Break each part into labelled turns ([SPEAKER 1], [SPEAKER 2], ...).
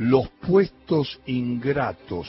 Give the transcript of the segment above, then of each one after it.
[SPEAKER 1] los puestos ingratos.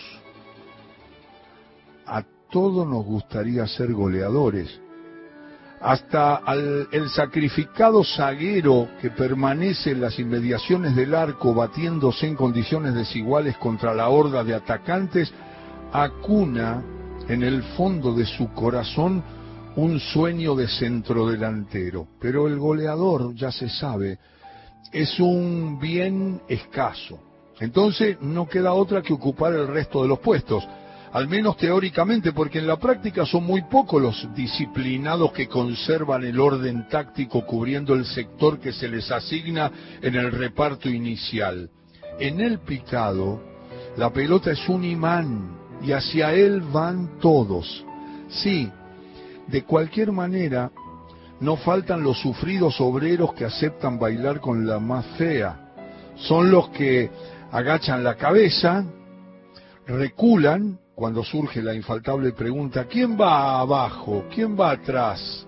[SPEAKER 1] A todos nos gustaría ser goleadores. Hasta el sacrificado zaguero que permanece en las inmediaciones del arco batiéndose en condiciones desiguales contra la horda de atacantes, acuna en el fondo de su corazón un sueño de centrodelantero. Pero el goleador, ya se sabe, es un bien escaso. Entonces no queda otra que ocupar el resto de los puestos, al menos teóricamente, porque en la práctica son muy pocos los disciplinados que conservan el orden táctico cubriendo el sector que se les asigna en el reparto inicial. En el picado, la pelota es un imán y hacia él van todos. Sí, de cualquier manera, no faltan los sufridos obreros que aceptan bailar con la más fea. Son los que agachan la cabeza, reculan cuando surge la infaltable pregunta: ¿quién va abajo? ¿Quién va atrás?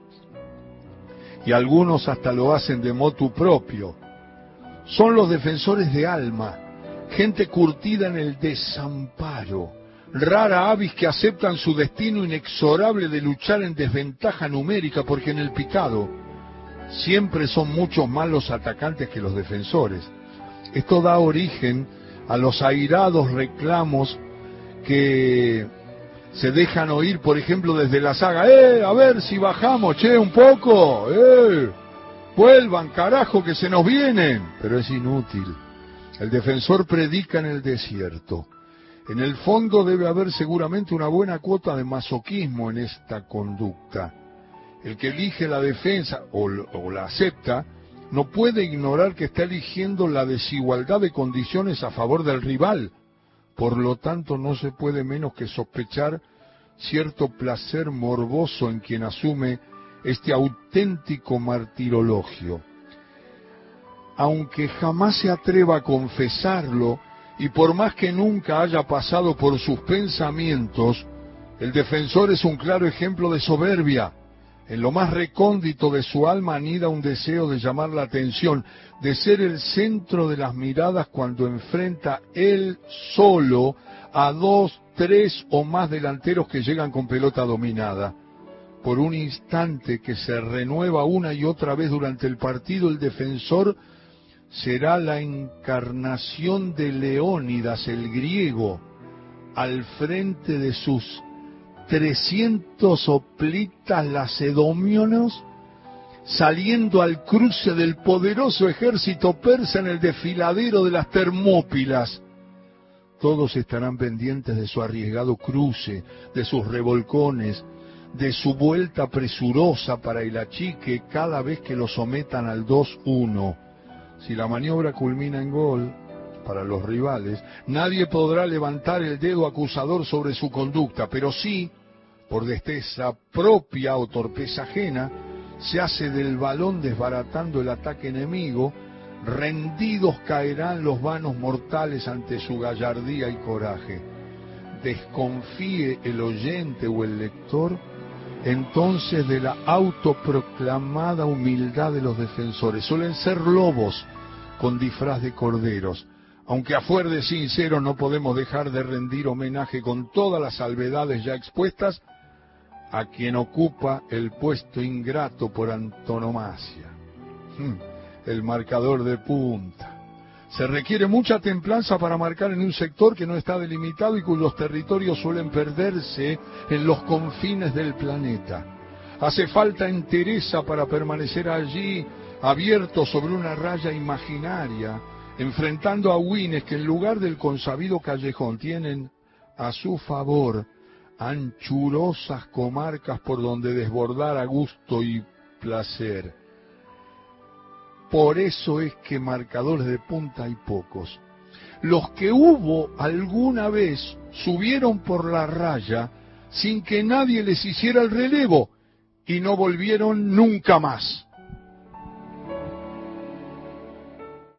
[SPEAKER 1] Y algunos hasta lo hacen de motu propio. Son los defensores de alma, gente curtida en el desamparo, rara avis que aceptan su destino inexorable de luchar en desventaja numérica, porque en el picado siempre son muchos más los atacantes que los defensores. Esto da origen a los airados reclamos que se dejan oír, por ejemplo, desde la saga: a ver si bajamos, un poco, vuelvan, carajo, que se nos vienen. Pero es inútil. El defensor predica en el desierto. En el fondo debe haber seguramente una buena cuota de masoquismo en esta conducta. El que elige la defensa o la acepta no puede ignorar que está eligiendo la desigualdad de condiciones a favor del rival. Por lo tanto, no se puede menos que sospechar cierto placer morboso en quien asume este auténtico martirologio. Aunque jamás se atreva a confesarlo, y por más que nunca haya pasado por sus pensamientos, el defensor es un claro ejemplo de soberbia. En lo más recóndito de su alma anida un deseo de llamar la atención, de ser el centro de las miradas cuando enfrenta él solo a 2, 3 o más delanteros que llegan con pelota dominada. Por un instante que se renueva una y otra vez durante el partido, el defensor será la encarnación de Leónidas el griego, al frente de sus 300 hoplitas lacedemonios, saliendo al cruce del poderoso ejército persa en el desfiladero de las Termópilas. Todos estarán pendientes de su arriesgado cruce, de sus revolcones, de su vuelta presurosa para el achique cada vez que lo sometan al 2-1. Si la maniobra culmina en gol para los rivales, nadie podrá levantar el dedo acusador sobre su conducta, pero sí, por destreza propia o torpeza ajena, se hace del balón desbaratando el ataque enemigo. Rendidos caerán los vanos mortales ante su gallardía y coraje. Desconfíe el oyente o el lector entonces de la autoproclamada humildad de los defensores. Suelen ser lobos con disfraz de corderos, aunque a fuer de sincero no podemos dejar de rendir homenaje con todas las salvedades ya expuestas a quien ocupa el puesto ingrato por antonomasia, el marcador de punta. Se requiere mucha templanza para marcar en un sector que no está delimitado y cuyos territorios suelen perderse en los confines del planeta. Hace falta entereza para permanecer allí, abierto sobre una raya imaginaria, enfrentando a huines que en lugar del consabido callejón tienen a su favor anchurosas comarcas por donde desbordar a gusto y placer. Por eso es que marcadores de punta hay pocos. Los que hubo alguna vez subieron por la raya sin que nadie les hiciera el relevo y no volvieron nunca más.